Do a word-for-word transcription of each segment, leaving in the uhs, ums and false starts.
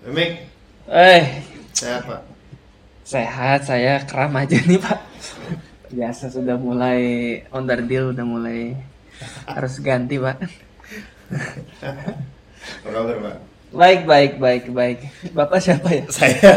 Mik, Eh, sehat Pak? sehat, saya kram aja nih Pak. Biasa sudah mulai onderdil, udah mulai harus ganti Pak. Apa kabar Pak? Baik, baik, baik, baik. Bapak siapa ya? Saya.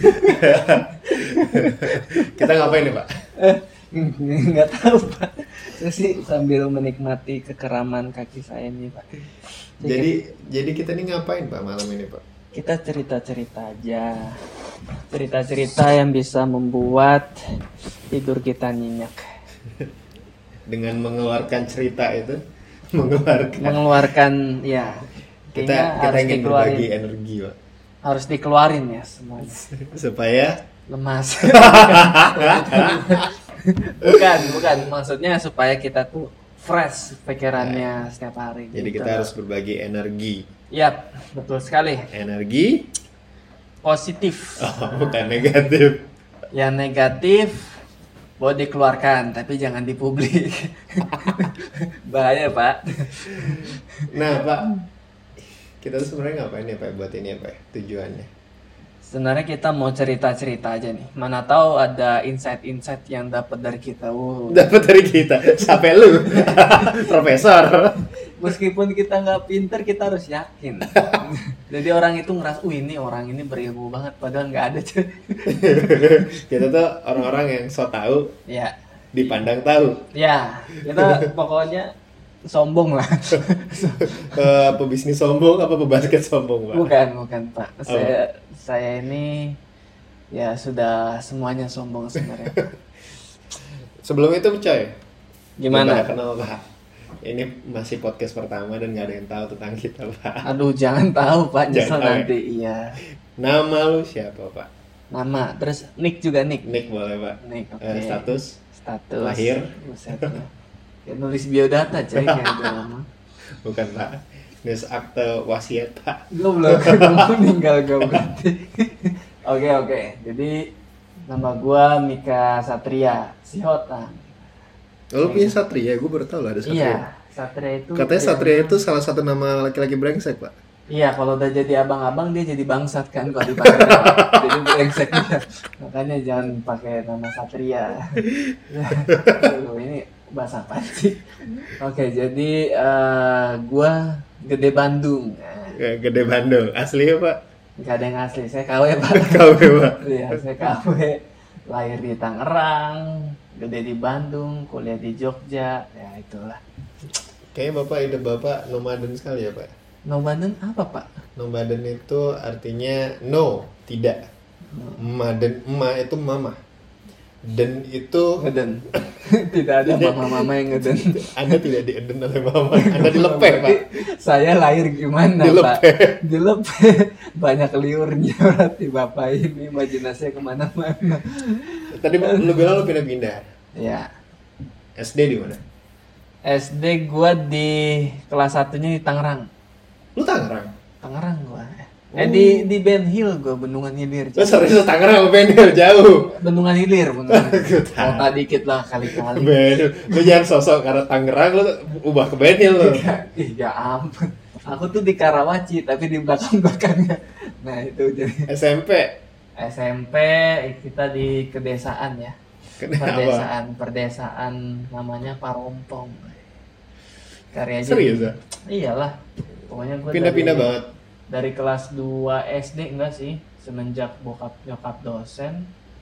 Kita ngapain nih Pak? Eh, nggak tahu Pak. Saya sih sambil menikmati kekeraman kaki saya nih Pak. Jadi, jadi kita nih ngapain Pak malam ini Pak? Kita cerita-cerita aja. Cerita-cerita yang bisa membuat tidur kita nyenyak. Dengan mengeluarkan cerita itu, mengeluarkan. Mengeluarkan, ya. Kita Kayaknya kita harus ingin dikeluarin. berbagi energi Pak. Harus dikeluarin ya semuanya. Supaya Lemas. bukan, bukan. Maksudnya supaya kita tuh fresh pikirannya setiap hari. jadi gitu. kita harus berbagi energi. Yap, betul sekali. Energi, Positif. oh, bukan negatif. Yang negatif boleh dikeluarkan, tapi jangan dipublik. Bahaya, Pak. Nah Pak, kita tuh sebenarnya ngapain ya Pak buat ini ya Pak? Tujuannya? Sebenarnya kita mau cerita-cerita aja nih. Mana tahu ada insight-insight yang dapat dari kita. Wow. Dapat dari kita, sampai lu, profesor. Meskipun kita nggak pinter, kita harus yakin. Jadi orang itu ngerasa, uh ini orang ini berilmu banget, padahal nggak ada. Kita tuh orang-orang yang so tahu, Ya, dipandang tahu. ya kita pokoknya sombong lah. Eh, pebisnis sombong apa pebasket sombong Pak? Bukan, bukan Pak. Saya saya ini ya sudah semuanya sombong sebenarnya. Sebelum itu coy, Gimana? belum pada kenal Pak. Ini masih podcast pertama dan nggak ada yang tahu tentang kita Pak. Aduh, jangan tahu Pak, nyesel Jangan tahu ya? nanti. Iya. Nama lu siapa Pak? Nama, terus nick juga nick. Nick boleh Pak. Nick, oke. Eh, status? Status. Lahir? Buset, ya. Ya, nulis biodata coy kayak udah lama. Bukan Pak. Nulis akte wasiat Pak. Goblok, kamu meninggal gue berarti. Oke, oke. Jadi nama gua Mika Satria Sihota. Oh, lu punya Satria? Gue baru tahu lah ada Satria. Iya, Satria itu. Katanya ya, Satria itu salah satu nama laki-laki brengsek Pak. Iya, kalau udah jadi abang-abang dia jadi bangsat kan kalau dipanggil. Jadi brengsek dia. Makanya jangan pakai nama Satria. Aduh, ini bahasa apa sih? Oke, jadi eh, gua Gede Bandung. Nah, Ya, Gede Bandung. Asli ya Pak? nggak ada yang asli. Saya K W Pak. Kau ya Pak? Iya, saya K W. Lahir di Tangerang, gede di Bandung, kuliah di Jogja. Ya itulah. Kayaknya Bapak hidup Bapak nomaden sekali ya Pak? Nomaden apa Pak? Nomaden itu artinya no, tidak. Maden, ma itu mama. Den itu Ngeden. Tidak ada mama-mama yang ngeden. Anda tidak dieden oleh mama, Anda dilepeh Pak. Saya lahir gimana Dilepeh. Pak? Dilepeh. Banyak liurnya berarti Bapak ini. Imajinasinya kemana-mana. Tadi lu bilang lu pindah-pindah. Ya. S D di mana? S D gua di kelas satunya di Tangerang. Lu Tangerang? Tangerang gua. Eh di di Ben Hill gua, Bendungan Hilir. Lu serius Tangerang sama Benhil jauh? Bendungan Hilir, Bendungan Hilir. Gua tahu. Kota dikit lah kali-kali. Benhil, lu jangan sosok karena Tangerang lu ubah ke Benhil lu. Ih, ya ampun. Aku tuh di Karawaci, tapi di belakang-belakangnya. Nah, itu jadi S M P? S M P kita di kedesaan ya. Kenapa? Perdesaan, perdesaan namanya Parompong. Karya aja. Serius ya? Iyalah. Pokoknya gua Pindah-pindah dari, banget. dari kelas dua S D enggak sih, semenjak bokap nyokap dosen.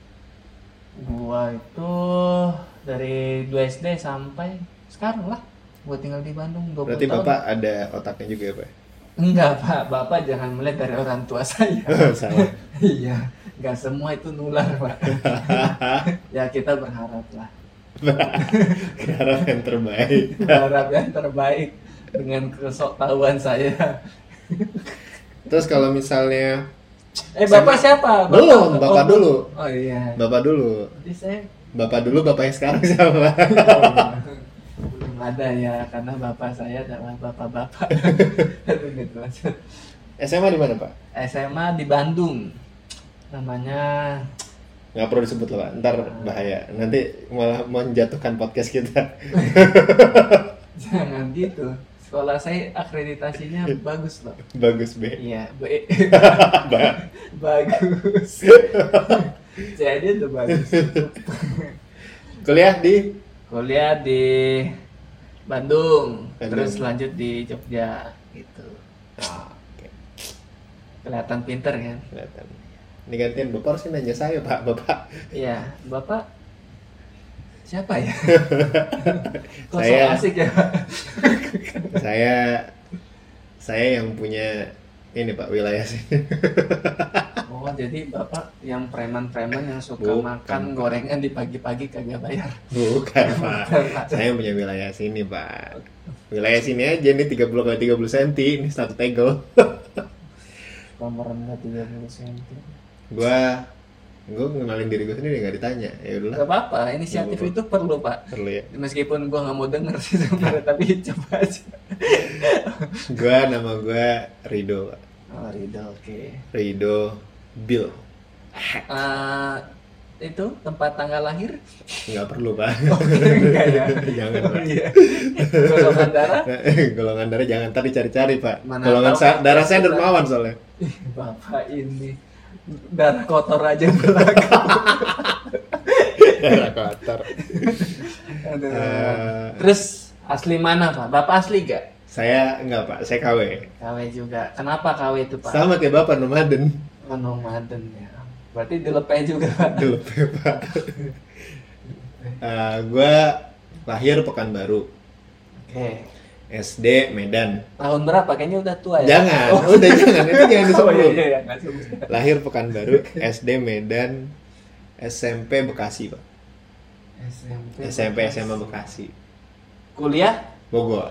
Gua itu dari dua S D sampai sekarang lah. Gua tinggal di Bandung dua puluh Berarti tahun. Bapak ada otaknya juga ya Pak? Enggak Pak, Bapak jangan melihat dari orang tua saya. Salah. Iya, enggak semua itu nular Pak. Ya kita berharap lah. Berharap yang terbaik. Berharap yang terbaik dengan kesoktahuan saya. Terus kalau misalnya Eh Bapak siapa? Bapak, Belum, Bapak oh, dulu. Oh iya. Bapak dulu. Jadi saya Bapak dulu, Bapak yang sekarang siapa? belum ada ya, karena bapak saya adalah bapak-bapak. Aduh, gitu aja. S M A di mana Pak? S M A di Bandung. Namanya Nggak perlu disebut lah Pak, ntar bahaya. Nanti malah menjatuhkan podcast kita. jangan gitu. Sekolah saya akreditasinya bagus loh. Bagus B. Iya, B. Ba- Bagus. Jadi tuh bagus. Kuliah di Kuliah di Bandung, Bandung. terus lanjut di Jogja gitu. Ah, oke. Kelihatan pinter kan? Kelihatan. Ini gantian Bapak harus nanya saya, Pak. Bapak. Iya, Bapak siapa ya? Kok Saya- so asik ya, Pak? saya saya yang punya ini Pak wilayah sini. Oh, jadi Bapak yang preman-preman yang suka Bukan, makan Pak. gorengan di pagi-pagi kagak bayar. Bukan, Pak. Bukan, Pak. Saya yang punya wilayah sini, Pak. Wilayah sini aja nih tiga puluh kali tiga puluh senti, ini satu tegel. Nomor rendah tiga puluh senti. Gua gua ngenalin diri gue sendiri nggak ditanya. Ya udahlah, Gak apa-apa, inisiatif Nggak itu perlu, Pak. perlu ya. Meskipun gua nggak mau denger sih sebenarnya, tapi coba aja. Gua nama gua Rido, Pak. Oh, Ridho, oke. Rido Bill. Eh, itu tempat tanggal lahir? Nggak perlu, Pak. Enggak ya? Jangan, Oh, Pak. iya. Golongan darah? Golongan darah jangan tadi cari-cari, Pak. Mana Golongan tahu, sa- Pak. darah saya dermawan soalnya. Ih, Bapak ini darah kotor aja belakang. Darah kotor. Aduh. Eh, Terus asli mana, Pak? Bapak asli gak? Saya enggak, Pak. Saya K W. K W juga. Kenapa K W itu, Pak? Sama kayak Bapak nomaden. Oh, nomaden ya. Berarti dilepeh juga, Pak. Dulu, Pak. Eh, gua lahir Pekanbaru. Oke. S D Medan. Tahun berapa? Kayaknya udah tua ya? Jangan, Oh, udah jangan, itu jangan disebut. oh iya, iya, iya. Nggak sebut. Lahir Pekanbaru, S D Medan, S M P Bekasi, Pak. S M P. S M P S M A Bekasi. Kuliah? Bogor.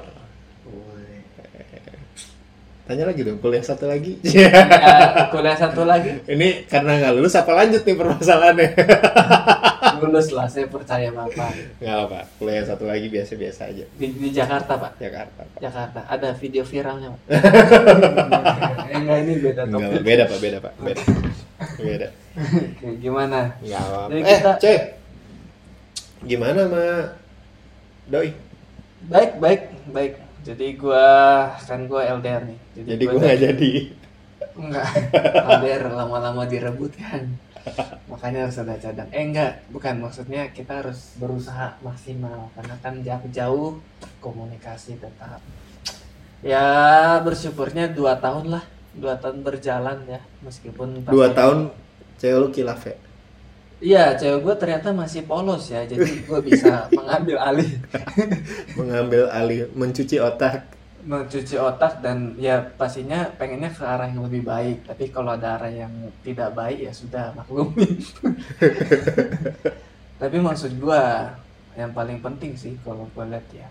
Tanya lagi dong, kuliah satu lagi. Ya, kuliah satu lagi? Ini karena nggak lulus apa lanjut nih permasalahannya? Lulus lah, saya percaya Bapak. Nggak apa, kuliah satu lagi biasa-biasa aja. Di, di Jakarta, Pak? Jakarta, Pak. Jakarta. Ada video viralnya, Pak? eh, enggak, ini beda Enggak, topik. Pak. Beda, Pak, beda, Pak. Beda. Beda. Oke, gimana? Nggak apa. Jadi Eh, kita- Coy. Gimana sama Doi? Baik, baik, baik. Jadi gua, kan gua L D R nih. Jadi gue nggak jadi. Enggak, L D R lama-lama direbut kan. Makanya harus ada cadang. Eh enggak, bukan, maksudnya kita harus berusaha maksimal karena kan jarak jauh, komunikasi tetap. Ya bersyukurnya dua tahun lah, dua tahun berjalan ya, meskipun Dua pasti- tahun cewek lu kilaf ya? Iya, cewek gue ternyata masih polos ya, jadi gue bisa mengambil alih, Mengambil alih, mencuci otak. mencuci otak dan ya pastinya pengennya ke arah yang lebih baik. Tapi kalau ada arah yang tidak baik ya sudah maklumi. Tapi maksud gue yang paling penting sih kalau gue lihat ya,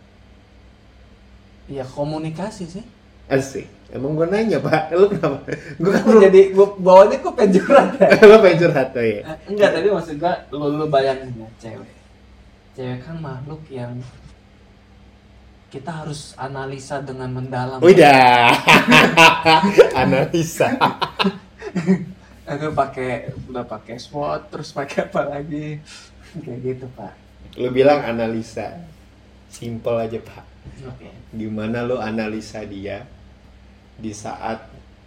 ya komunikasi sih. Asik. Emang gue nanya, Pak. Lu kenapa? Gue kan Gue jadi gue bawanya gue pengen curhat ya. Lu pengen curhat tuh ya? Eh, Enggak, tapi maksud gue lu, lu bayangin ya cewek. Cewek kan makhluk yang kita harus analisa dengan mendalam. Udah. Analisa. Aku pakai udah pakai SWOT terus pakai apa lagi? Kayak gitu, Pak. Lu bilang analisa. Simple aja, Pak. Oke. Gimana lu analisa dia di saat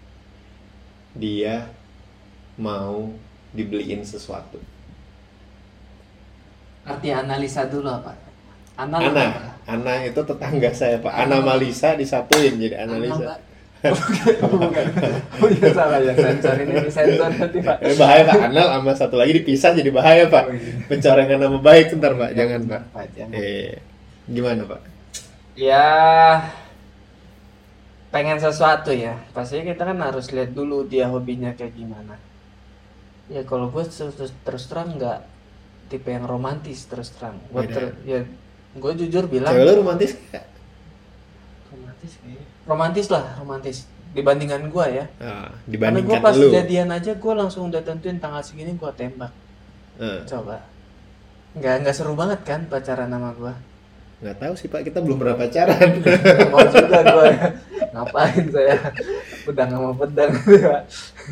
dia mau dibeliin sesuatu? Arti analisa dulu apa? Anal Ana, apa? Ana itu tetangga saya, Pak. Ana Malisa disatuin jadi analisa. Bukan. Oh iya salah ya, sensor ini disensor nanti, Pak. Eh, bahaya, Pak. Anal sama satu lagi dipisah jadi bahaya, Pak. Oh, iya. Pencorengan nama baik ntar, Pak. Jangan, Pak. Pak, jangan. Eh, gimana, Pak? Ya pengen sesuatu ya, pastinya kita kan harus lihat dulu dia hobinya kayak gimana. Ya kalau gue terus, terus terang nggak tipe yang romantis, terus terang gue Beda. ter- ya gue jujur bilang Cewek lu romantis nggak? romantis kayaknya. Romantis lah, romantis dibandingkan gue ya. Ah, Karena gue dibandingkan pas lu. jadian aja gue langsung udah tentuin tanggal segini gue tembak. Eh, Coba nggak nggak seru banget kan pacaran sama gue. nggak tahu sih, Pak. Kita belum pernah pacaran. Mau juga gue ngapain saya pedang sama pedang gitu, Pak.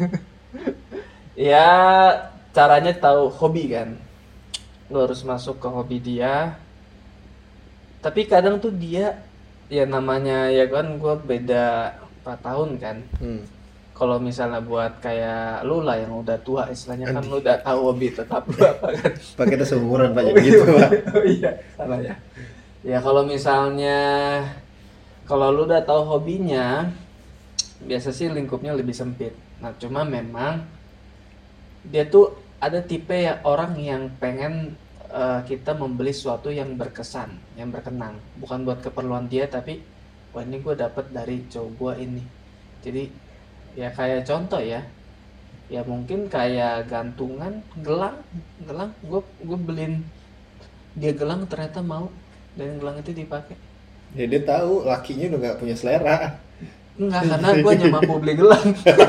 Ya caranya tahu hobi kan, lu harus masuk ke hobi dia. Tapi kadang tuh dia ya namanya ya kan gue beda empat tahun kan. Hmm. Kalau misalnya buat kayak lu lah yang udah tua istilahnya kan lu udah tahu hobi tetap lu apa kan. Pak kita seumuran Pak, jadi gitu Pak. Oh iya, salah ya. Ya kalau misalnya kalau lu udah tahu hobinya, biasa sih lingkupnya lebih sempit. Nah cuma memang dia tuh ada tipe ya orang yang pengen eh, kita membeli sesuatu yang berkesan, yang berkenan, bukan buat keperluan dia tapi wah ini gue dapet dari cowok gue ini. Jadi ya kayak contoh ya, ya mungkin kayak gantungan, gelang, gelang, gue gue beliin dia gelang ternyata mau dan gelang itu dipakai. Ya dia tahu lakinya udah nggak punya selera. Enggak, karena gue hanya mampu beli gelang.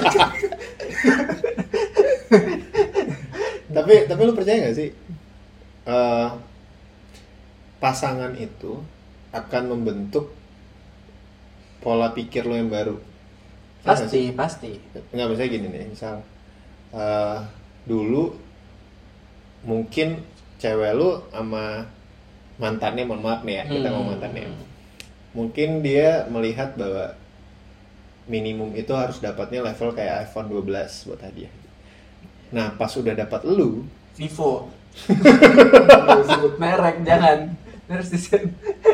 tapi tapi lu percaya nggak sih eh, pasangan itu akan membentuk pola pikir lo yang baru? Pasti, pasti. Nggak, misalnya gini nih, misal eh, dulu mungkin cewek lu sama mantannya, mohon maaf nih ya, kita Hmm. ngomong mantannya, mungkin dia melihat bahwa minimum itu harus dapatnya level kayak iPhone dua belas buat hadiah. Nah pas udah dapat lu, Vivo. Nggak sebut merek, jangan. Terus disen.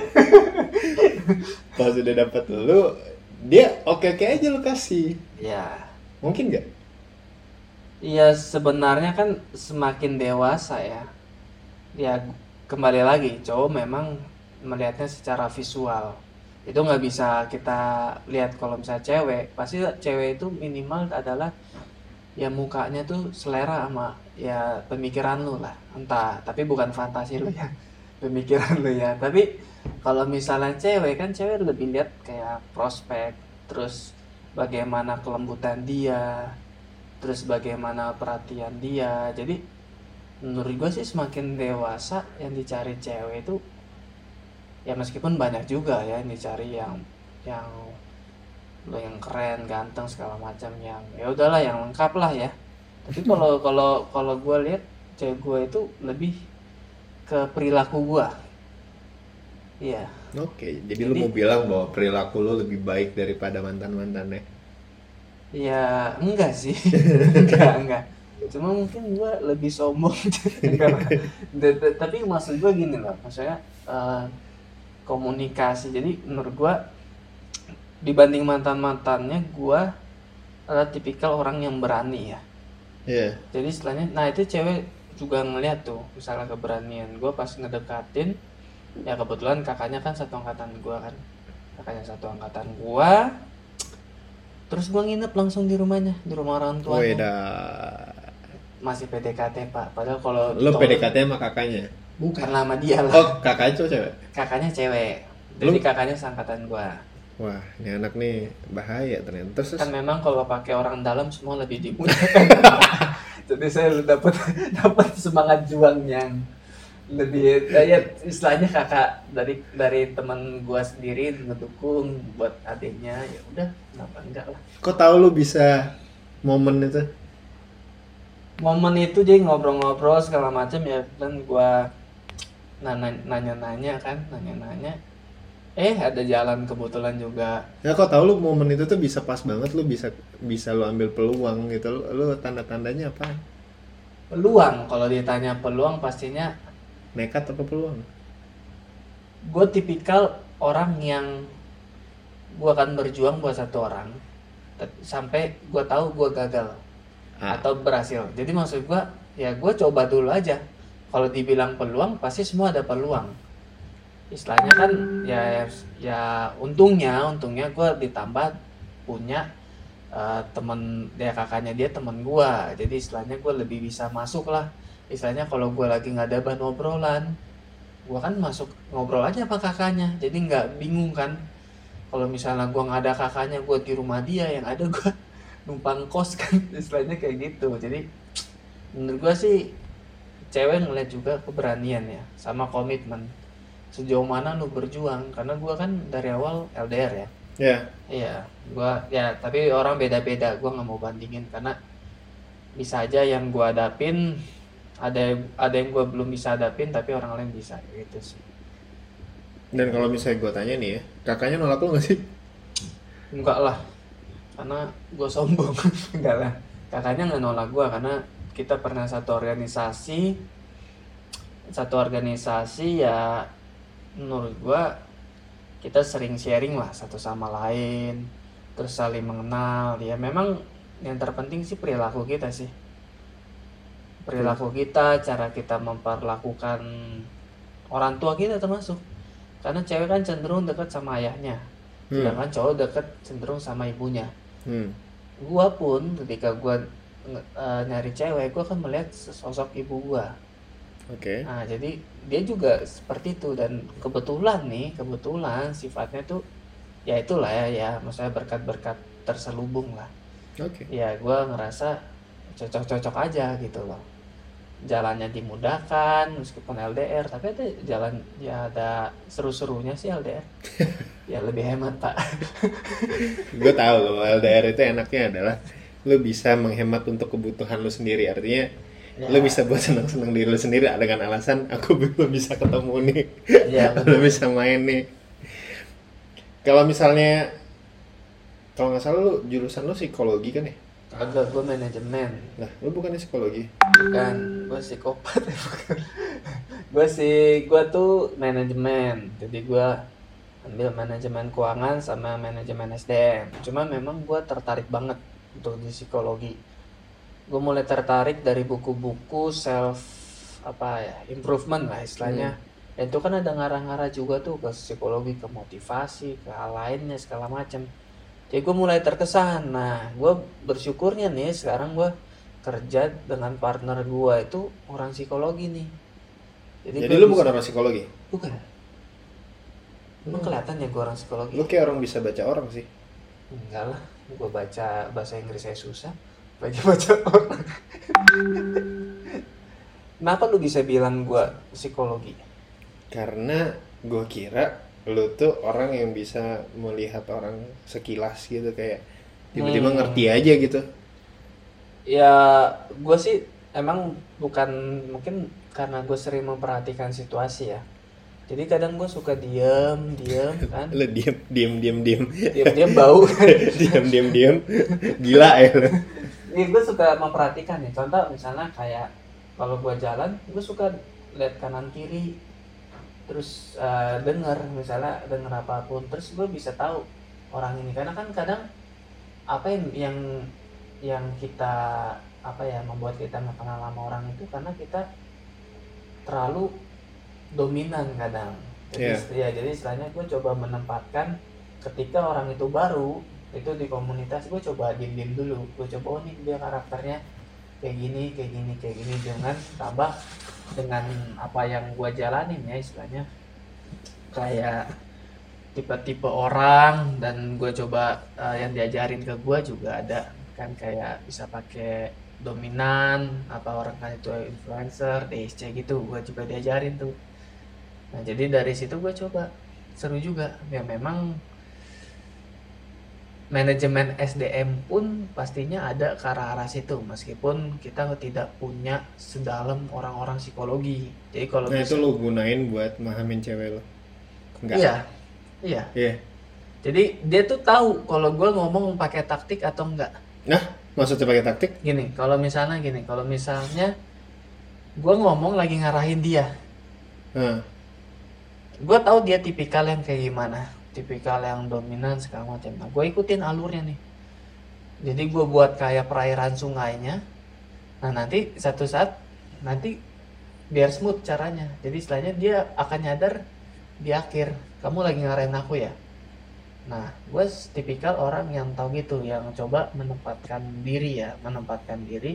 pas udah dapat lu, dia oke-oke aja lu kasih. Ya, Mungkin nggak? iya sebenarnya kan semakin dewasa ya. Ya kembali lagi, cowok memang melihatnya secara visual. Itu nggak bisa kita lihat kalau misalnya cewek. Pasti cewek itu minimal adalah ya mukanya tuh selera sama ya pemikiran lu lah. Entah, tapi bukan fantasi lu ya. Pemikiran lu ya. Tapi kalau misalnya cewek kan cewek lebih lihat kayak prospek, terus bagaimana kelembutan dia, terus bagaimana perhatian dia. Jadi menurut gue sih semakin dewasa yang dicari cewek itu ya meskipun banyak juga ya yang dicari yang yang lo yang keren, ganteng segala macam yang ya udahlah yang lengkap lah ya. Tapi kalau kalau kalau gue lihat cewek gue itu lebih ke perilaku gue. Iya. Oke, jadi, lu Jadi- mau bilang bahwa perilaku lu lebih baik daripada mantan-mantannya? Ya enggak sih. enggak enggak. Cuma mungkin gue lebih sombong. Enggak lah. D- d- Tapi maksud gue gini loh, maksudnya eh, komunikasi. Jadi menurut gue dibanding mantan-mantannya gue adalah tipikal orang yang berani ya. Iya. Jadi istilahnya, nah itu cewek juga ngeliat tuh misalnya keberanian gue pas ngedekatin. Ya kebetulan kakaknya kan satu angkatan gue kan, kakaknya satu angkatan gue. Terus gue nginep langsung di rumahnya, di rumah orang tuanya. Weda. Masih P D K T pak, padahal kalau Lu cowok- P D K T sama kakaknya? bukan lama dia lah. Oh, kakaknya cowok cewek? Kakaknya cewek, jadi Lu- kakaknya seangkatan gue. Wah, ini anak nih bahaya ternyata. Terus, terus Kan memang kalau pakai orang dalam semua lebih dimuliakan. Jadi saya dapat dapat semangat juang yang lebih ya istilahnya kakak dari dari teman gua sendiri ngedukung buat adiknya, ya udah kenapa enggak lah. kok tahu lu bisa momen itu? Momen itu dia ngobrol-ngobrol segala macam ya, dan gua nanya- nanya-nanya kan nanya-nanya eh ada jalan kebetulan juga. Ya kok tahu lu momen itu tuh bisa pas banget, lu bisa bisa lu ambil peluang gitu. Lu, lu tanda-tandanya apa? Peluang, kalau ditanya peluang pastinya Nekat apa peluang? gue tipikal orang yang gue akan berjuang buat satu orang tet- sampai gue tahu gue gagal Ah. atau berhasil. Jadi maksud gue ya gue coba dulu aja. Kalau dibilang peluang pasti semua ada peluang. Istilahnya kan ya ya untungnya untungnya gue ditambah punya eh, temen ya kakaknya dia temen gue. Jadi istilahnya gue lebih bisa masuk lah. Istilahnya kalau gue lagi nggak ada bahan obrolan, gue kan masuk ngobrol aja sama kakaknya, jadi nggak bingung kan. Kalau misalnya gue nggak ada kakaknya, gue di rumah dia, yang ada gue numpang kos kan, istilahnya kayak gitu. Jadi menurut gue sih cewek ngeliat juga keberanian ya sama komitmen, sejauh mana lu berjuang. Karena gue kan dari awal L D R ya. Ya. Iya, gua ya tapi orang beda-beda, gua nggak mau bandingin karena bisa aja yang gua hadapin ada ada yang gua belum bisa hadapin tapi orang lain bisa gitu sih. Dan kalau misalnya gue tanya nih ya, kakaknya nolak lu nggak sih? Enggak lah, karena gue sombong. Enggak lah, kakaknya nggak nolak gue karena kita pernah satu organisasi satu organisasi ya. Menurut gue kita sering sharing lah satu sama lain, terus saling mengenal. Ya memang yang terpenting sih perilaku kita sih, perilaku kita, cara kita memperlakukan orang tua kita termasuk. Karena cewek kan cenderung dekat sama ayahnya, sedangkan hmm. cowok dekat cenderung sama ibunya. Hmm. Gua pun ketika gua uh, nyari cewek, gua kan melihat sosok ibu gua. Oke. Okay. Nah jadi dia juga seperti itu, dan kebetulan nih, kebetulan sifatnya tuh ya itulah ya, ya maksudnya berkat-berkat terselubung lah. Oke. Okay. Ya gua ngerasa cocok-cocok aja gitu loh. Jalannya dimudahkan meskipun L D R, tapi ada jalan ya, ada seru-serunya sih L D R. Ya lebih hemat pak. Gue tahu kalau L D R itu enaknya adalah lo bisa menghemat untuk kebutuhan lo sendiri, artinya ya. Lo bisa buat senang-senang diri lo sendiri dengan alasan aku belum bisa ketemu nih, ya, lo bisa main nih. Kalau misalnya kalau nggak salah lo jurusan lo psikologi kan ya? Agak, gue manajemen. Nah, lu bukannya psikologi? Bukan, gue psikopat. Gue sih, gue tuh manajemen. Jadi gue ambil manajemen keuangan sama manajemen S D M. Cuma memang gue tertarik banget untuk di psikologi. Gue mulai tertarik dari buku-buku self apa ya, improvement lah istilahnya. Hmm. Itu kan ada ngarah-ngarah juga tuh ke psikologi, ke motivasi, ke hal lainnya segala macam. Jadi gue mulai terkesan. Nah gue bersyukurnya nih sekarang gue kerja dengan partner gue itu orang psikologi nih. Jadi, Jadi lu bisa... bukan orang psikologi? Bukan. Emang hmm. kelihatan ya gue orang psikologi? Lu kayak orang bisa baca orang sih. Enggak lah, gue baca bahasa Inggris saya susah, baca-baca orang. Kenapa lu bisa bilang gue psikologi? Karena gue kira lu tuh orang yang bisa melihat orang sekilas gitu, kayak tiba-tiba hmm. ngerti aja gitu. Ya gue sih emang bukan, mungkin karena gue sering memperhatikan situasi ya. Jadi kadang gue suka diem, diem kan. Lu diem, diem, diem, diem. Diem, diem bau. Diem, diem, diem. Gila ya lu. Iya gue suka memperhatikan nih. Contoh misalnya kayak kalau gue jalan, gue suka lihat kanan kiri. Terus uh, dengar misalnya dengar apapun, terus gue bisa tahu orang ini. Karena kan kadang apa yang yang yang kita apa ya membuat kita nggak kenal sama orang itu karena kita terlalu dominan kadang. Jadi yeah. ya jadi istilahnya gue coba menempatkan ketika orang itu baru itu di komunitas, gue coba diem-diem dulu. Gue coba oh nih dia karakternya kayak gini, kayak gini, kayak gini, jangan tambah dengan apa yang gue jalanin ya istilahnya kayak tipe-tipe orang. Dan gue coba uh, yang diajarin ke gue juga ada kan, kayak bisa pakai dominan, apa orang kan itu influencer, D S C gitu, gue juga diajarin tuh. Nah jadi dari situ gue coba, seru juga ya. Memang manajemen S D M pun pastinya ada ke arah-arah situ, meskipun kita tidak punya sedalam orang-orang psikologi. Jadi kalau nah bisa, itu lo gunain buat mahamin cewek lo? Enggak. Iya, iya. Yeah. Jadi dia tuh tahu kalau gue ngomong pakai taktik atau enggak. Nah, maksudnya pakai taktik? Gini, kalau misalnya gini, kalau misalnya gue ngomong lagi ngarahin dia, hmm. gue tahu dia tipikal yang kayak gimana. Tipikal yang dominan segala macam. Nah, gue ikutin alurnya nih. Jadi gue buat kayak perairan sungainya. Nah nanti satu saat nanti biar smooth caranya. Jadi istilahnya dia akan nyadar di akhir, kamu lagi ngarahin aku ya. Nah gue tipikal orang yang tahu gitu, yang coba menempatkan diri ya, menempatkan diri.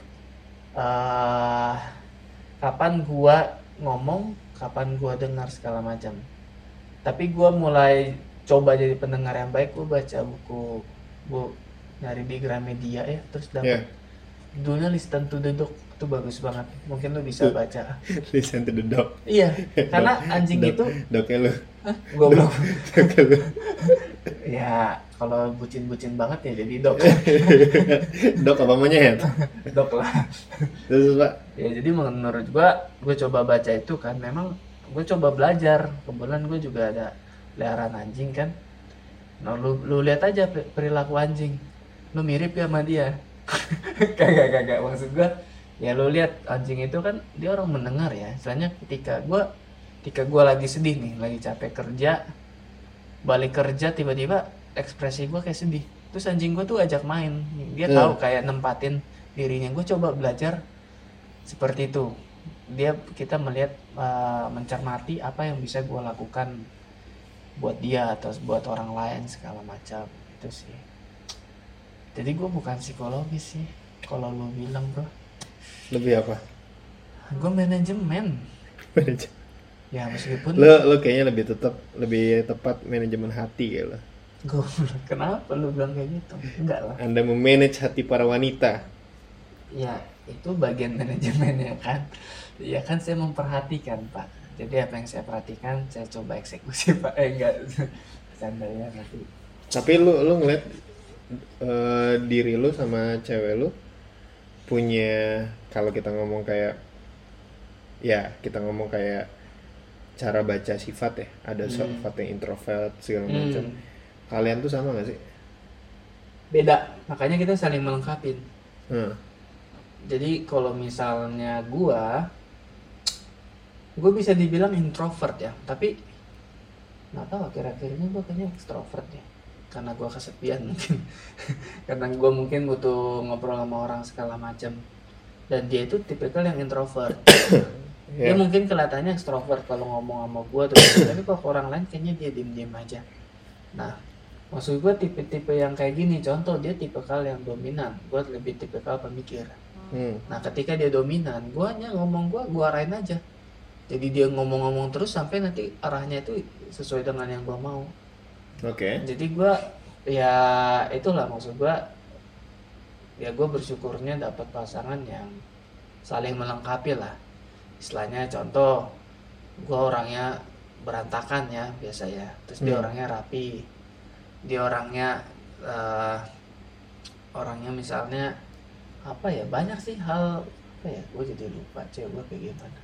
Uh, kapan gue ngomong, kapan gue dengar segala macam. Tapi gue mulai coba jadi pendengar yang baik. Gue baca buku, gue nyari di Gramedia ya, terus dapat yeah. judulnya Listen to the Dog. Itu bagus banget, mungkin lu bisa baca. Listen to the Dog. Iya, karena anjing dog, itu dognya lu. Hah? Gue belum. Dognya lu. Ya kalau bucin-bucin banget ya jadi dog. Dog apa monyet? Dog lah. Terus pak? Ya jadi menurut gue, gue coba baca itu kan memang gue coba belajar, kebetulan gue juga ada peliharaan anjing kan. Nah lu lu lihat aja perilaku anjing, lu mirip ya sama dia. Kagak kagak maksud gue, ya lu lihat anjing itu kan dia orang mendengar ya. Soalnya ketika gue ketika gue lagi sedih nih, lagi capek kerja, balik kerja tiba-tiba ekspresi gue kayak sedih, terus anjing gue tuh ajak main, dia tahu kayak nempatin dirinya. Gue coba belajar seperti itu, dia kita melihat uh, mencermati apa yang bisa gue lakukan buat dia atau buat orang lain segala macam itu sih. Jadi gue bukan psikologis sih kalau lo bilang bro. Lebih apa? Gue manajemen. Ya meskipun lo lo kayaknya lebih tetap lebih tepat manajemen hati ya lo. Gue kenapa lo bilang kayak gitu? Enggak lah. Anda memanage hati para wanita. Ya itu bagian manajemennya kan. Ya kan saya memperhatikan pak. Jadi apa yang saya perhatikan saya coba eksekusi pak. Eh enggak. Canda ya nanti. Tapi lu lu ngeliat uh, diri lu sama cewek lu punya, kalau kita ngomong kayak ya kita ngomong kayak cara baca sifat ya, ada hmm. sifat yang introvert segala macam. Hmm. Kalian tuh sama nggak sih? Beda, makanya kita saling melengkapi. Hmm. Jadi kalau misalnya gua, gua bisa dibilang introvert ya, tapi nggak tahu akhir-akhir ini gua kayaknya extrovert ya, karena gua kesepian mungkin, karena gua mungkin butuh ngobrol sama orang segala macam, dan dia itu tipikal yang introvert. Dia yeah. mungkin kelihatannya ekstrovert kalau ngomong sama gue terus, tapi kalau orang lain kayaknya dia diem-diem aja. Nah, maksud gue tipe-tipe yang kayak gini, contoh dia tipikal yang dominan, gue lebih tipikal pemikir. Hmm. Nah, ketika dia dominan, gue hanya ngomong gue, gue arahin aja. Jadi dia ngomong-ngomong terus sampai nanti arahnya itu sesuai dengan yang gue mau. Oke. Okay. Jadi gue, ya itulah maksud gue, ya gue bersyukurnya dapat pasangan yang saling melengkapi lah. Istilahnya contoh, gue orangnya berantakan ya biasa ya, terus hmm. dia orangnya rapi, dia orangnya uh, orangnya misalnya apa ya, banyak sih hal apa ya, gue jadi lupa cewek gue kayak gimana.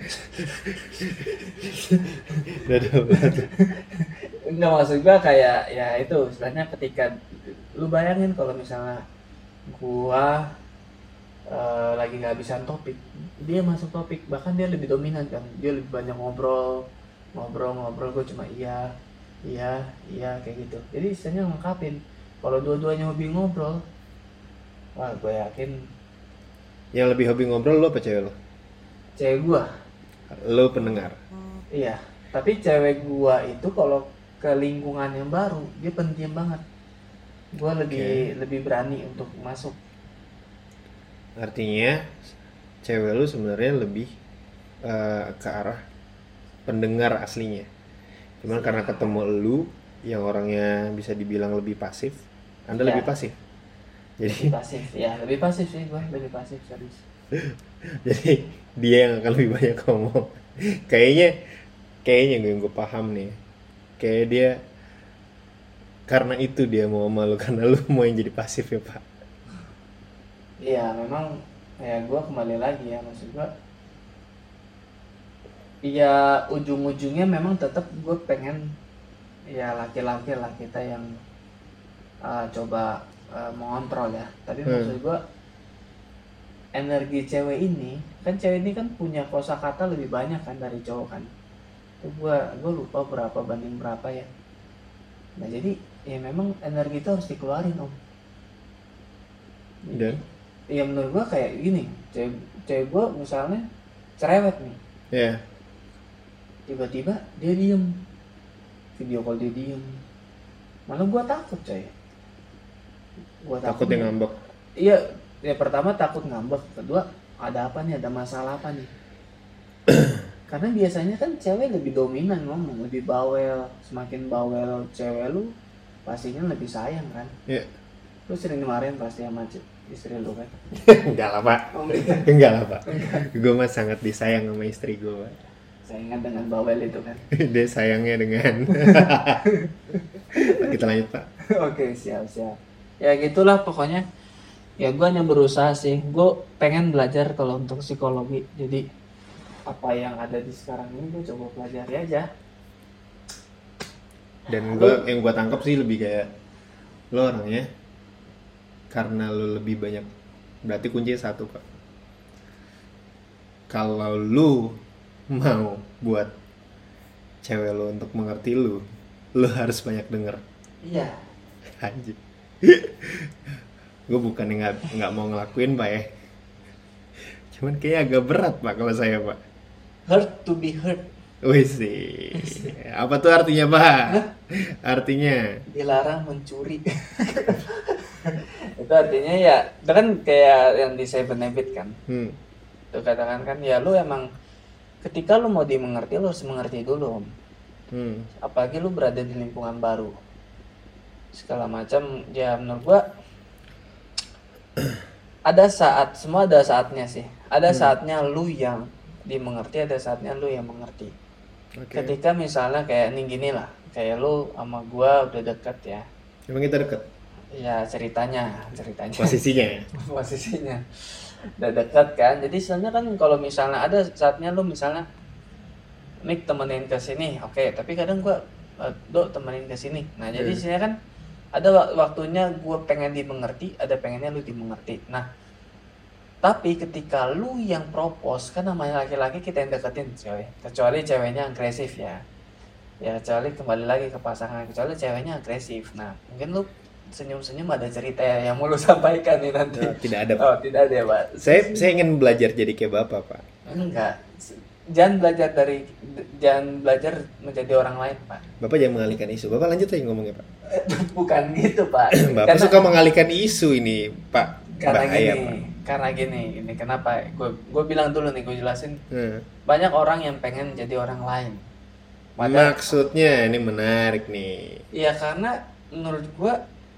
Enggak, maksud gue kayak ya itu istilahnya ketika lu bayangin kalau misalnya gue Uh, lagi nggak habisan topik, dia masuk topik, bahkan dia lebih dominan kan, dia lebih banyak ngobrol ngobrol ngobrol gue cuma iya iya iya kayak gitu. Jadi istilahnya lengkapin. Kalau dua-duanya hobi ngobrol, wah gue yakin. Yang lebih hobi ngobrol lo apa cewek lo? Cewek gue. Lo pendengar? Iya, tapi cewek gue itu kalau ke lingkungan yang baru dia pendiam banget. Gue lebih okay. lebih berani untuk masuk. Artinya cewek lu sebenarnya lebih uh, ke arah pendengar aslinya. Cuman ya. Karena ketemu lu yang orangnya bisa dibilang lebih pasif, Anda ya. lebih pasif. Jadi lebih pasif, ya lebih pasif sih gue, lebih pasif serius. Jadi dia yang akan lebih banyak ngomong. Kayaknya, kayaknya gue yang gue paham nih. Kayak dia karena itu dia mau sama lu, karena lu mau yang jadi pasif ya pak. Iya memang ya gue kembali lagi ya, maksud gue ya ujung-ujungnya memang tetap gue pengen ya laki-laki lah kita yang uh, coba uh, mengontrol ya. Tapi hmm. maksud gue energi cewek ini kan, cewek ini kan punya kosakata lebih banyak kan dari cowok kan. Itu gue gue lupa berapa banding berapa ya. Nah jadi ya memang energi itu harus dikeluarin om. Dan ya menurut gue kayak gini, cewek, cewek gue misalnya cerewet nih, yeah. tiba-tiba dia diem, video call dia diem, malah gue takut coy, gue takut dia ngambek. Iya, ya pertama takut ngambek, kedua ada apa nih, ada masalah apa nih? Karena biasanya kan cewek lebih dominan ngomong, lebih bawel, semakin bawel cewek lu pastinya lebih sayang kan? Iya. Yeah. Lu sering dimarahin pasti sama istri lu kan? Enggak lah pak. Oh, enggak lah pak. Gue mah sangat disayang sama istri gue. Sayangnya dengan bawel itu kan? Dia sayangnya dengan. Kita lanjut pak. Oke siap siap. Ya gitulah pokoknya. Ya gue hanya berusaha sih. Gue pengen belajar kalau untuk psikologi. Jadi apa yang ada di sekarang ini gue coba pelajari aja. Dan gue yang gue tangkap sih lebih kayak lo orangnya karena lo lebih banyak, berarti kuncinya satu Pak, kalau lo mau buat cewek lo untuk mengerti lo, lo harus banyak denger. Iya. Anjir. Gue bukan nggak nggak mau ngelakuin Pak ya, cuman kayak agak berat Pak kalau saya Pak. Hurt to be hurt. Wih sih, apa tuh artinya Pak? Artinya Dilarang mencuri. Itu artinya ya, itu kan kayak yang di Seven Habits kan. hmm. Itu katakan kan ya lu emang ketika lu mau dimengerti lu harus mengerti dulu. Hmm. Apalagi lu berada di lingkungan baru. Segala macam ya menurut gua ada saat, semua ada saatnya sih. Ada hmm. saatnya lu yang dimengerti, ada saatnya lu yang mengerti. Okay. Ketika misalnya kayak nih gini lah, kayak lu sama gua udah deket ya. Emang kita deket? Ya ceritanya, ceritanya. Posisinya. Posisinya. Udah deket kan. Jadi sebenarnya kan kalau misalnya ada saatnya lu misalnya Nick temenin ke sini, oke, okay. Tapi kadang gua do temenin ke sini. Nah, hmm. jadi sini kan ada waktunya gua pengen dimengerti, ada pengennya lu dimengerti. Nah, tapi ketika lu yang propose, kan namanya laki-laki kita yang deketin cewek, kecuali ceweknya agresif ya. Ya kecuali kembali lagi ke pasangan, kecuali ceweknya agresif. Nah mungkin lu senyum-senyum ada cerita yang mau lu sampaikan nih nanti. Oh, tidak ada Pak. Oh tidak ada Pak. Saya saya ingin belajar jadi kayak Bapak Pak. Enggak. Jangan belajar dari, jangan belajar menjadi orang lain Pak. Bapak jangan mengalihkan isu. Bapak lanjut aja ngomongnya Pak. Bukan gitu Pak. Bapak karena, suka mengalihkan isu ini Pak. Karena bahaya, gini, Pak. karena gini, ini kenapa? Gue gue bilang dulu nih, gue jelasin. Hmm. Banyak orang yang pengen jadi orang lain. Padahal, maksudnya ini menarik nih. Iya karena menurut gue,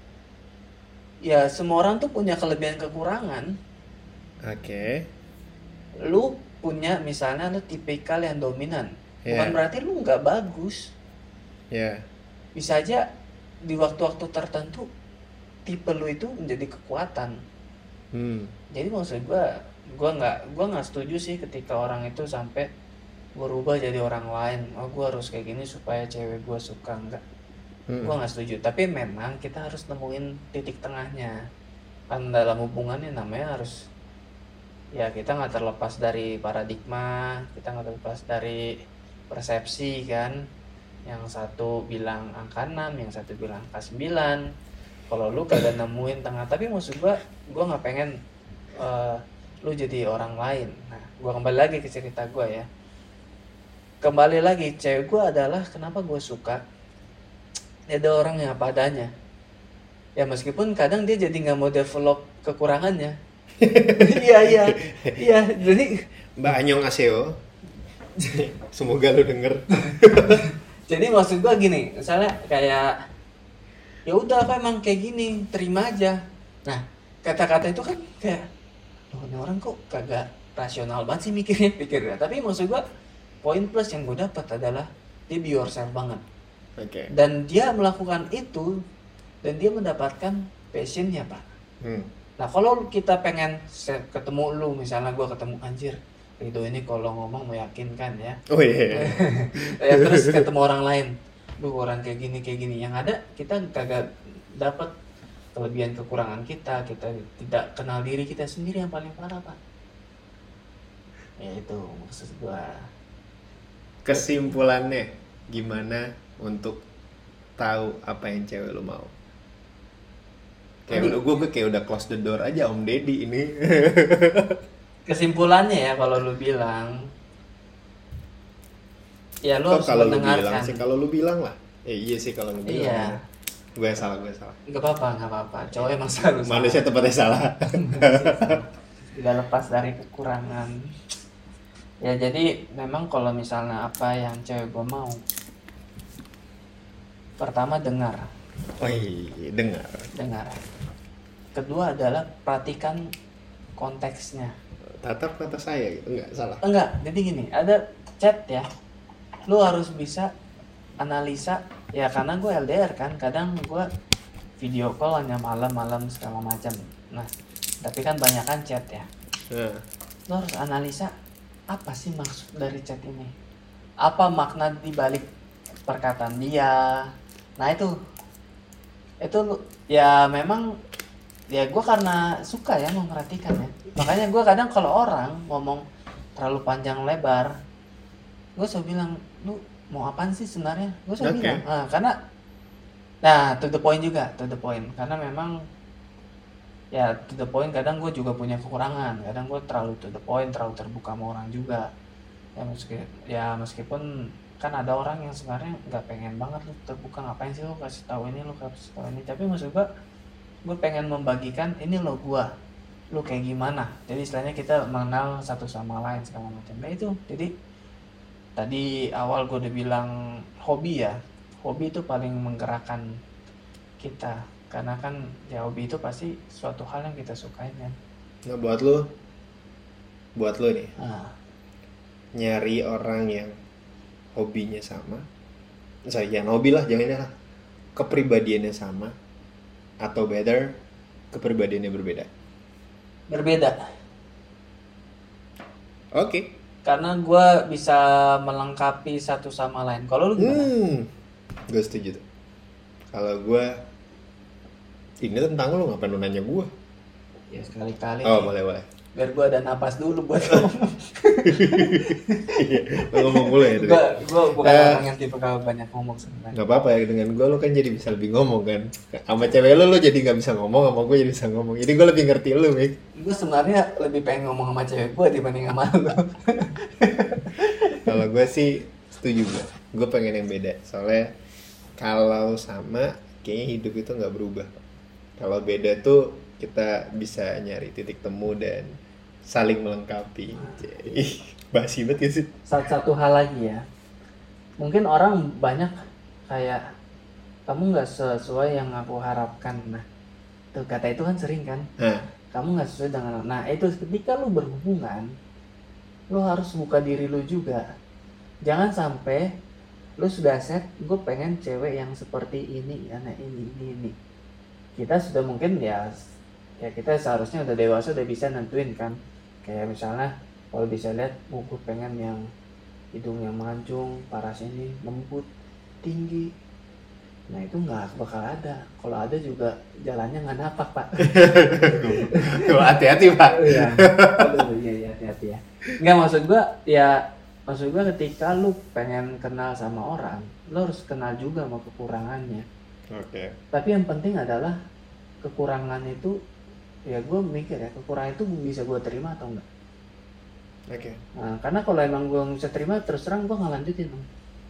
ya semua orang tuh punya kelebihan kekurangan. Oke. Okay. Lu punya misalnya lu tipikal yang dominan, yeah. Bukan berarti lu nggak bagus. Ya. Yeah. Bisa aja di waktu-waktu tertentu tipe lu itu menjadi kekuatan. Hmm. Jadi maksud gue, gue nggak, gue nggak setuju sih ketika orang itu sampai berubah jadi orang lain. Oh gue harus kayak gini supaya cewek gue suka, enggak. Hmm. Gue nggak setuju. Tapi memang kita harus nemuin titik tengahnya. Kan dalam hubungannya namanya harus, ya kita nggak terlepas dari paradigma, kita nggak terlepas dari persepsi kan. Yang satu bilang angka enam, yang satu bilang angka sembilan. Kalau lu kagak nemuin tengah, tapi maksud gua, gua nggak pengen uh, lu jadi orang lain. Nah, gua kembali lagi ke cerita gua ya. Kembali lagi, cewek gua adalah kenapa gua suka. Dia ada orang yang apa adanya. Ya meskipun kadang dia jadi nggak mau develop kekurangannya. Iya iya iya. Jadi Mbak Anyong Aseo, semoga lu denger. Jadi maksud gua gini, misalnya kayak ya udah apa emang kayak gini, terima aja. Nah kata-kata itu kan kayak loh ini orang kok kagak rasional banget sih mikirnya pikirnya. Tapi maksud gua poin plus yang gue dapat adalah dia be yourself banget. Okay. Dan dia melakukan itu dan dia mendapatkan passionnya Pak. Hmm. Nah kalau kita pengen ketemu lu, misalnya gua ketemu anjir Ridho ini kalau ngomong meyakinkan ya. Oh iya. Ya terus ketemu orang lain. Duh orang kayak gini kayak gini, yang ada kita kagak dapat kelebihan kekurangan kita, kita tidak kenal diri kita sendiri yang paling parah Pak. Ya itu maksud gua. Kesimpulannya gimana untuk tahu apa yang cewek lu mau? Kayak gue gue kayak udah close the door aja Om Deddy ini. Kesimpulannya ya kalau lu bilang, ya lu harus kalau mendengarkan. Lu bilang sih, kalau lu bilang lah. Eh iya sih kalau lu bilang. Iya. Gue salah, gue salah. Enggak apa-apa, enggak apa-apa. Cowok emang selalu salah. Manusia tempatnya salah. Tidak lepas dari kekurangan. Ya jadi memang kalau misalnya apa yang cewek gue mau, pertama dengar. Oh iya, dengar. Dengar. Kedua adalah perhatikan konteksnya. Tatap mata saya gitu, enggak salah. Enggak, jadi gini, ada chat ya. Lu harus bisa analisa, ya karena gue L D R kan, kadang gue video call hanya malam-malam segala macam. Nah, tapi kan banyak kan chat ya. Hmm. Lu harus analisa apa sih maksud dari chat ini, apa makna di balik perkataan dia. Nah itu itu ya memang ya gue karena suka ya memperhatikan ya, makanya gue kadang kalau orang ngomong terlalu panjang lebar gue selalu bilang lu mau apaan sih sebenarnya, gue selalu Oke. bilang ah, karena nah to the point juga to the point karena memang ya to the point kadang gue juga punya kekurangan, kadang gue terlalu to the point, terlalu terbuka sama orang juga ya meski ya meskipun kan ada orang yang sebenarnya nggak pengen banget lu terbuka, ngapain sih lu kasih tahu ini lu kasih tahu ini, tapi maksud gue gue pengen membagikan ini lo gue lu kayak gimana, jadi istilahnya kita mengenal satu sama lain segala macam. Nah itu jadi tadi awal gue udah bilang hobi ya, hobi itu paling menggerakkan kita karena kan ya hobi itu pasti suatu hal yang kita sukain kan. Nah buat lu, buat lu nih Nah, nyari orang yang hobinya sama, saya jangan hobi lah, jangan lah, kepribadiannya sama, atau better kepribadiannya berbeda. berbeda Oke. karena gue bisa melengkapi satu sama lain. Kalau lu gimana? Hmm, gue setuju tuh. Kalau gue ini tentang lu, ngapain lu nanya gue? Ya sekali-kali Oh boleh boleh. biar gue ada napas dulu buat ngomong. Iya, lu ngomong mulu ya tadi. gue gue bukan Eh. orang yang tipe kalau banyak ngomong sebenarnya. Gak apa-apa ya, dengan gue lu kan jadi bisa lebih ngomong kan. Sama cewek lu lu jadi gak bisa ngomong, sama gue jadi bisa ngomong. Jadi gue lebih ngerti lu, Mik. Gue sebenarnya lebih pengen ngomong sama cewek gue dibanding sama lu. Kalau gue sih setuju gue. Gue pengen yang beda. Soalnya kalau sama kayaknya hidup itu nggak berubah. Kalau beda tuh kita bisa nyari titik temu dan saling melengkapi. Ih, basi banget ya sih. Satu hal lagi ya, mungkin orang banyak kayak kamu nggak sesuai yang aku harapkan. Nah tuh kata itu kan sering kan, Nah, kamu nggak sesuai dengan, nah itu ketika lu berhubungan lu harus buka diri lu juga, jangan sampai lu sudah set gue pengen cewek yang seperti ini ya, nah ini ini ini kita sudah mungkin ya ya kita seharusnya udah dewasa udah bisa nentuin kan, kayak misalnya kalau bisa lihat oh, gue pengen yang hidungnya mancung, paras ini lembut tinggi, nah itu nggak bakal ada. Kalau ada juga jalannya nggak napak pak. tuh hati-hati pak. Iya. Aduh, iya iya hati-hati ya. Nggak, maksud gua ya maksud gua ketika lu pengen kenal sama orang, lu harus kenal juga sama kekurangannya. Oke. Tapi yang penting adalah kekurangan itu ya gue mikir ya kekurangan itu bisa gue terima atau enggak. Oke. Nah, karena kalau emang gue bisa terima terus terang gue nggak lanjutin dong.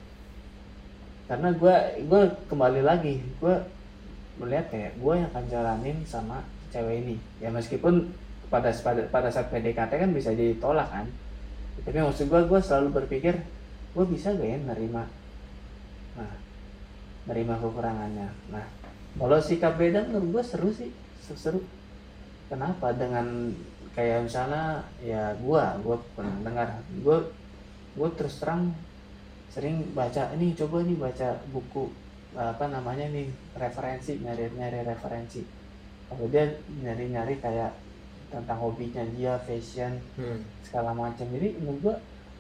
Karena gue gue kembali lagi gue melihat kayak gue yang akan jalanin sama cewek ini ya, meskipun pada pada pada saat P D K T kan bisa ditolak kan, tapi maksud gue gue selalu berpikir gue bisa gak ya nerima, nah nerima kekurangannya. Nah kalau sikap beda menurut gue seru sih, seru. Kenapa? Dengan kayak misalnya ya gue gue pernah dengar, gue gue terus terang sering baca ini, coba nih baca buku apa namanya nih referensi, nyari nyari referensi. Kalau dia nyari nyari kayak tentang hobinya dia, fashion Hmm. segala macam. Jadi menurut gue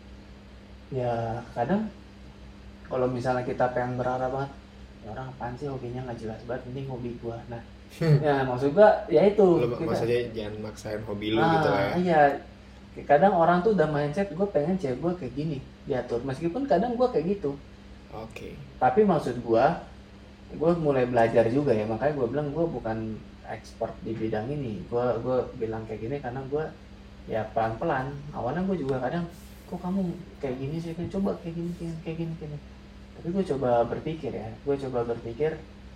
ya kadang kalau misalnya kita pengen berharap banget ya orang apaan sih hobinya nggak jelas banget, mending hobi gue. Nah ya maksud gue ya itu Lu kita- maksudnya jangan maksain hobi lu ah, gitu lah ya. iya. Kadang orang tuh udah mindset gue pengen cewek gue kayak gini diatur, meskipun kadang gue kayak gitu, Oke. tapi maksud gue gue mulai belajar juga ya, makanya gue bilang gue bukan expert di bidang ini. Gue gue bilang kayak gini karena gue ya pelan pelan awalnya gue juga kadang kok kamu kayak gini sih, kan coba kayak gini kayak gini kayak gini, kayak gini. Tapi gue coba berpikir ya, gue coba berpikir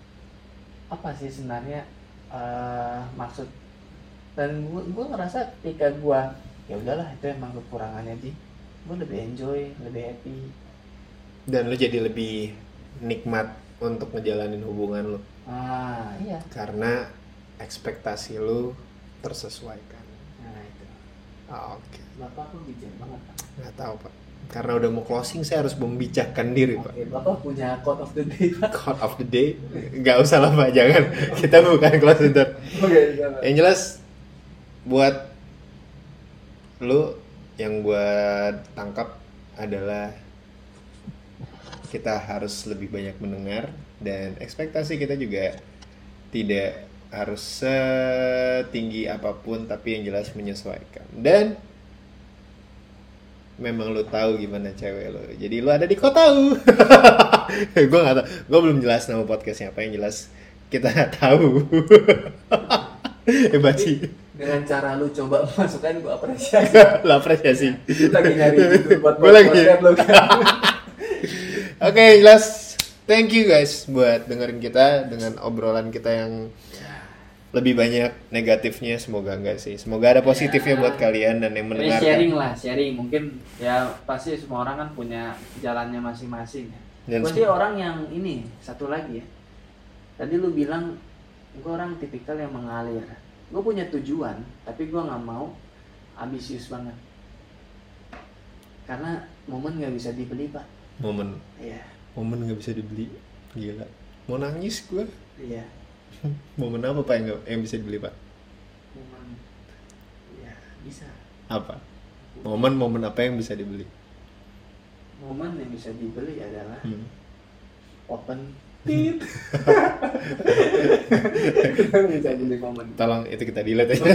apa sih sebenarnya eh, maksud, dan gue gue ngerasa ketika gue ya udahlah itu emang kekurangannya sih, gue lebih enjoy, lebih happy. Dan lu jadi lebih nikmat untuk ngejalanin hubungan lu Ah iya, karena ekspektasi lu tersesuaikan. nah itu Ah, Oke. bapak kok bijak banget Pak? Nggak tahu pak. Karena udah mau closing saya harus membijakkan diri pak. Oke, bapak punya quote of the day pak? Quote of the day, nggak usah lah pak, jangan. Kita bukan close center. Oke, siapa? Yang jelas buat lu yang gue tangkap adalah kita harus lebih banyak mendengar, dan ekspektasi kita juga tidak harus setinggi apapun, tapi yang jelas menyesuaikan. Dan memang lu tahu gimana cewek lu, jadi lu ada di Kau Tahu. Gue nggak tahu, gue belum jelas nama podcastnya apa, yang jelas kita tahu. Hebat sih. Dengan cara lu coba masukkan, gue apresiasi. Lu apresiasi. Lu lagi nyari gitu buat Gua lagi. podcast lu kan. Oke, jelas. Thank you guys buat dengerin kita dengan obrolan kita yang lebih banyak negatifnya, semoga enggak sih. Semoga ada positifnya Ya. buat kalian dan yang Ini mendengarkan. sharing lah, sharing. Mungkin ya pasti semua orang kan punya jalannya masing-masing. Dan Gue sem- sih orang yang ini, satu lagi ya. Tadi lu bilang gue orang tipikal yang mengalir. Gue punya tujuan, tapi gue nggak mau ambisius banget. Karena momen nggak bisa dibeli, Pak. momen Iya, momen nggak bisa dibeli, gila. Mau nangis gue. iya. Momen apa pak yang nggak yang bisa dibeli pak? Momen, ya bisa. Apa? Momen-momen apa yang bisa dibeli? Momen yang bisa dibeli adalah Hmm. open tit. Bisa jadi momen. Tolong itu kita delete aja.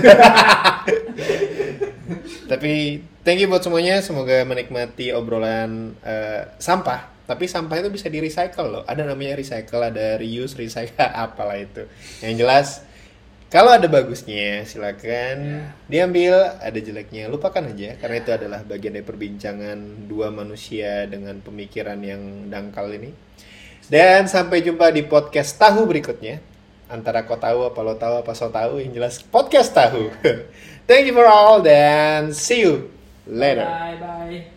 Tapi thank you buat semuanya, semoga menikmati obrolan eh, sampah. Tapi sampah itu bisa di recycle loh. Ada namanya recycle, ada reuse, recycle, apalah itu. Yang jelas kalau ada bagusnya silakan diambil, ada jeleknya lupakan aja, karena itu adalah bagian dari perbincangan dua manusia dengan pemikiran yang dangkal ini. Dan sampai jumpa di podcast tahu berikutnya. Antara kau tahu apa lo tahu apa so tahu, yang jelas podcast tahu. Thank you for all dan see you later. Bye bye.